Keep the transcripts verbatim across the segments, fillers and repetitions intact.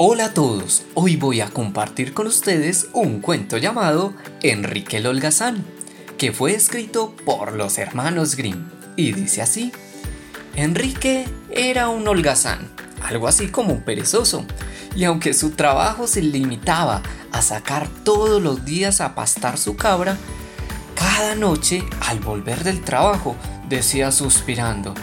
Hola a todos, hoy voy a compartir con ustedes un cuento llamado Enrique el Holgazán, que fue escrito por los hermanos Grimm, y dice así: Enrique era un holgazán, algo así como un perezoso, y aunque su trabajo se limitaba a sacar todos los días a pastar su cabra, cada noche al volver del trabajo decía suspirando: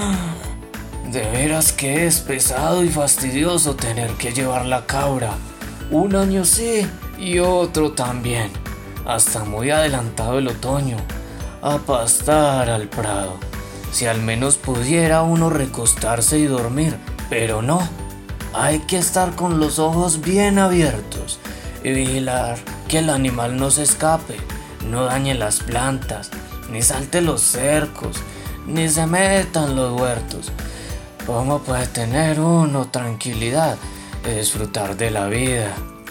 de veras que es pesado y fastidioso tener que llevar la cabra, un año sí y otro también, hasta muy adelantado el otoño, a pastar al prado. Si al menos pudiera uno recostarse y dormir, pero no, hay que estar con los ojos bien abiertos y vigilar que el animal no se escape, no dañe las plantas, ni salte los cercos, ni se meta en los huertos. ¿Cómo puede tener uno tranquilidad y disfrutar de la vida?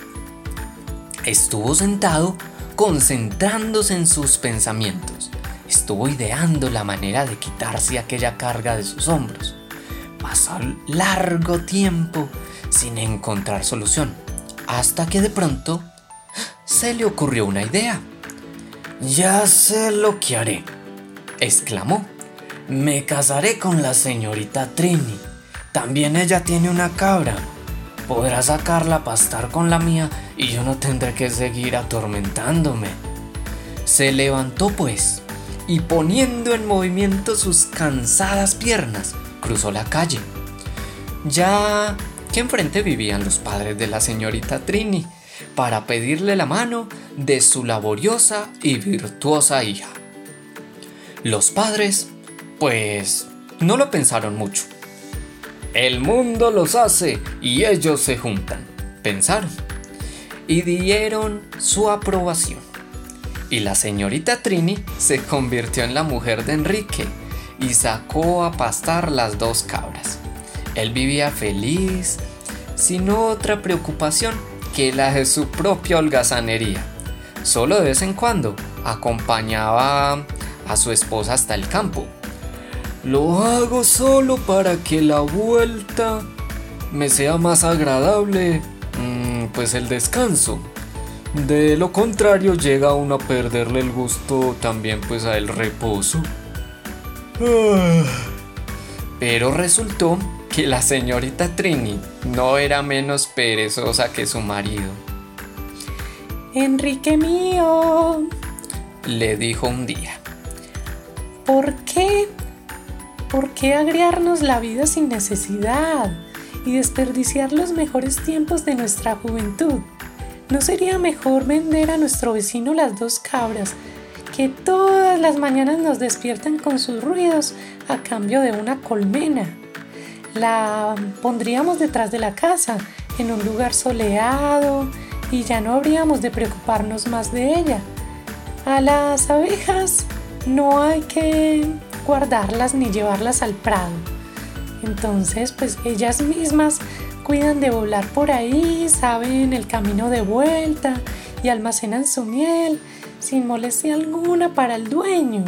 Estuvo sentado concentrándose en sus pensamientos. Estuvo ideando la manera de quitarse aquella carga de sus hombros. Pasó largo tiempo sin encontrar solución, hasta que de pronto se le ocurrió una idea. «Ya sé lo que haré», exclamó. «Me casaré con la señorita Trini. También ella tiene una cabra. Podrá sacarla a pastar con la mía y yo no tendré que seguir atormentándome». Se levantó pues y, poniendo en movimiento sus cansadas piernas, cruzó la calle. Ya que enfrente vivían los padres de la señorita Trini, para pedirle la mano de su laboriosa y virtuosa hija. Los padres, pues, no lo pensaron mucho. «El mundo los hace y ellos se juntan», pensaron, y dieron su aprobación. Y la señorita Trini se convirtió en la mujer de Enrique y sacó a pastar las dos cabras. Él vivía feliz, sin otra preocupación que la de su propia holgazanería. Solo de vez en cuando acompañaba a su esposa hasta el campo. «Lo hago solo para que la vuelta me sea más agradable, mmm, pues el descanso. De lo contrario llega uno a perderle el gusto también pues a el reposo». Pero resultó que la señorita Trini no era menos perezosa que su marido. «Enrique mío», le dijo un día, ¿por qué? ¿Por qué agriarnos la vida sin necesidad y desperdiciar los mejores tiempos de nuestra juventud? ¿No sería mejor vender a nuestro vecino las dos cabras que todas las mañanas nos despiertan con sus ruidos a cambio de una colmena? La pondríamos detrás de la casa, en un lugar soleado, y ya no habríamos de preocuparnos más de ella. A las abejas no hay que guardarlas ni llevarlas al prado. Entonces, pues ellas mismas cuidan de volar por ahí, saben el camino de vuelta y almacenan su miel sin molestia alguna para el dueño».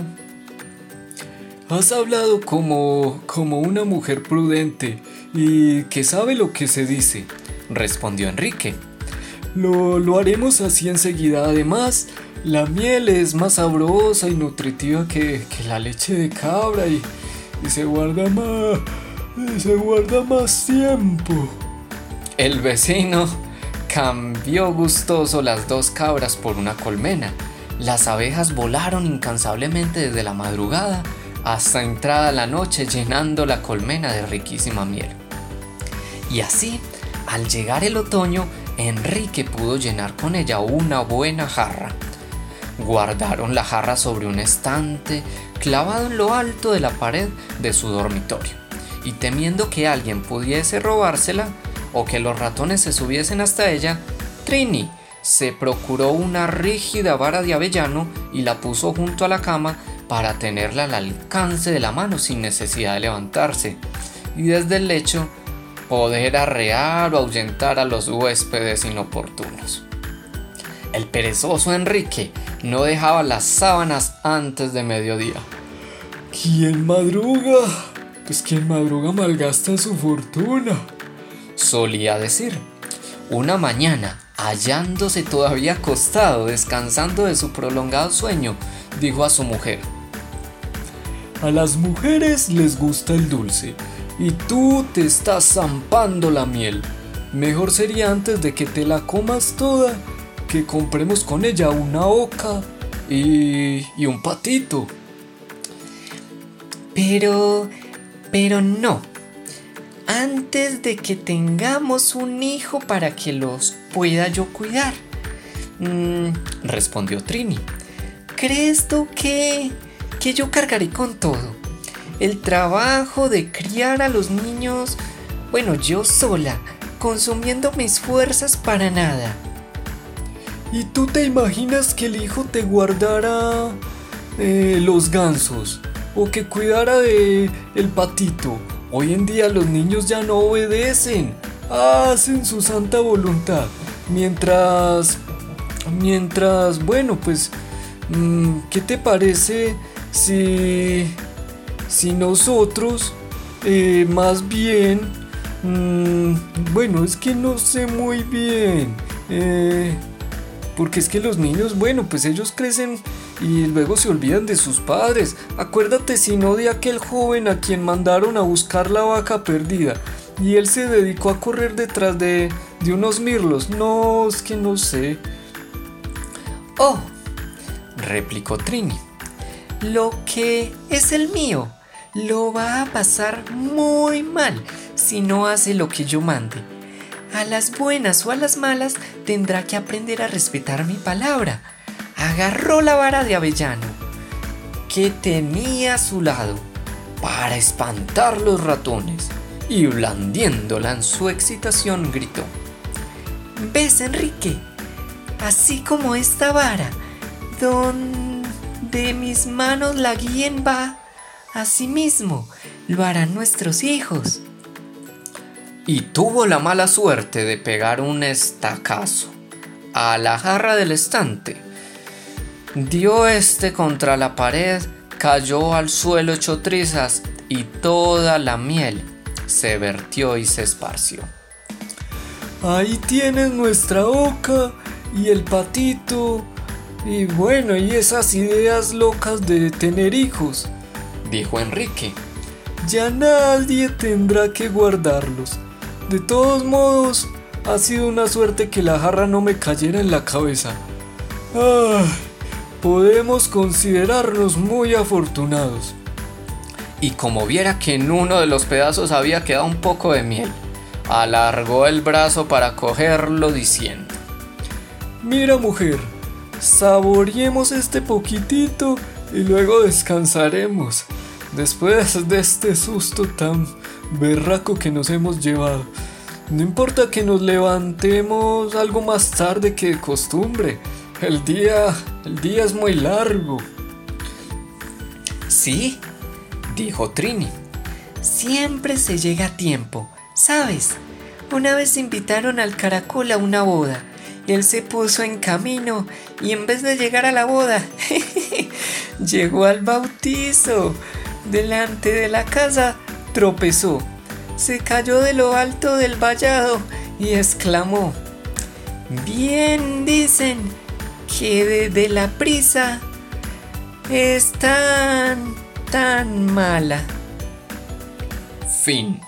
«Has hablado como, como una mujer prudente y que sabe lo que se dice», respondió Enrique. Lo, lo haremos así enseguida. Además, la miel es más sabrosa y nutritiva que, que la leche de cabra y, y se guarda más, y se guarda más tiempo». El vecino cambió gustoso las dos cabras por una colmena. Las abejas volaron incansablemente desde la madrugada hasta entrada la noche, llenando la colmena de riquísima miel. Y así, al llegar el otoño, Enrique pudo llenar con ella una buena jarra. Guardaron la jarra sobre un estante clavado en lo alto de la pared de su dormitorio, y temiendo que alguien pudiese robársela o que los ratones se subiesen hasta ella, Trini se procuró una rígida vara de avellano y la puso junto a la cama para tenerla al alcance de la mano sin necesidad de levantarse, y desde el lecho poder arrear o ahuyentar a los huéspedes inoportunos. El perezoso Enrique no dejaba las sábanas antes de mediodía. «¿Quién madruga? Pues quien madruga malgasta su fortuna», solía decir. Una mañana, hallándose todavía acostado, descansando de su prolongado sueño, dijo a su mujer: a las mujeres les gusta el dulce, y tú te estás zampando la miel. Mejor sería, antes de que te la comas toda, que compremos con ella una oca y, y un patito. Pero, pero no. Antes de que tengamos un hijo para que los pueda yo cuidar, mm, respondió Trini. ¿Crees tú que, que yo cargaré con todo? El trabajo de criar a los niños, bueno, yo sola, consumiendo mis fuerzas para nada. ¿Y tú te imaginas que el hijo te guardara eh, los gansos o que cuidara de el patito? Hoy en día los niños ya no obedecen, hacen su santa voluntad. Mientras, mientras, bueno, pues, ¿qué te parece si, si nosotros, eh, más bien, mmm, bueno, es que no sé muy bien, eh, porque es que los niños, bueno, pues ellos crecen y luego se olvidan de sus padres. Acuérdate si no de aquel joven a quien mandaron a buscar la vaca perdida y él se dedicó a correr detrás de, de unos mirlos. No, es que no sé. Oh, replicó Trini, lo que es el mío lo va a pasar muy mal si no hace lo que yo mande. A las buenas o a las malas tendrá que aprender a respetar mi palabra. Agarró la vara de avellano que tenía a su lado para espantar los ratones y, blandiéndola en su excitación, gritó: ¿ves, Enrique? Así como esta vara, donde mis manos la guíen va, asimismo lo harán nuestros hijos. Y tuvo la mala suerte de pegar un estacazo a la jarra del estante. Dio este contra la pared, cayó al suelo hecho trizas y toda la miel se vertió y se esparció. Ahí tienes nuestra oca y el patito, y bueno, y esas ideas locas de tener hijos, dijo Enrique. Ya nadie tendrá que guardarlos. De todos modos, ha sido una suerte que la jarra no me cayera en la cabeza. Ah, podemos considerarnos muy afortunados. Y como viera que en uno de los pedazos había quedado un poco de miel, alargó el brazo para cogerlo, diciendo: mira, mujer, saboreemos este poquitito y luego descansaremos, después de este susto tan berraco que nos hemos llevado. No importa que nos levantemos algo más tarde que de costumbre. El día, el día es muy largo. Sí, dijo Trini. Siempre se llega a tiempo, ¿sabes? Una vez invitaron al caracol a una boda y él se puso en camino y en vez de llegar a la boda, llegó al bautizo. Delante de la casa tropezó, se cayó de lo alto del vallado y exclamó: bien dicen que desde la prisa es tan, tan mala. Fin.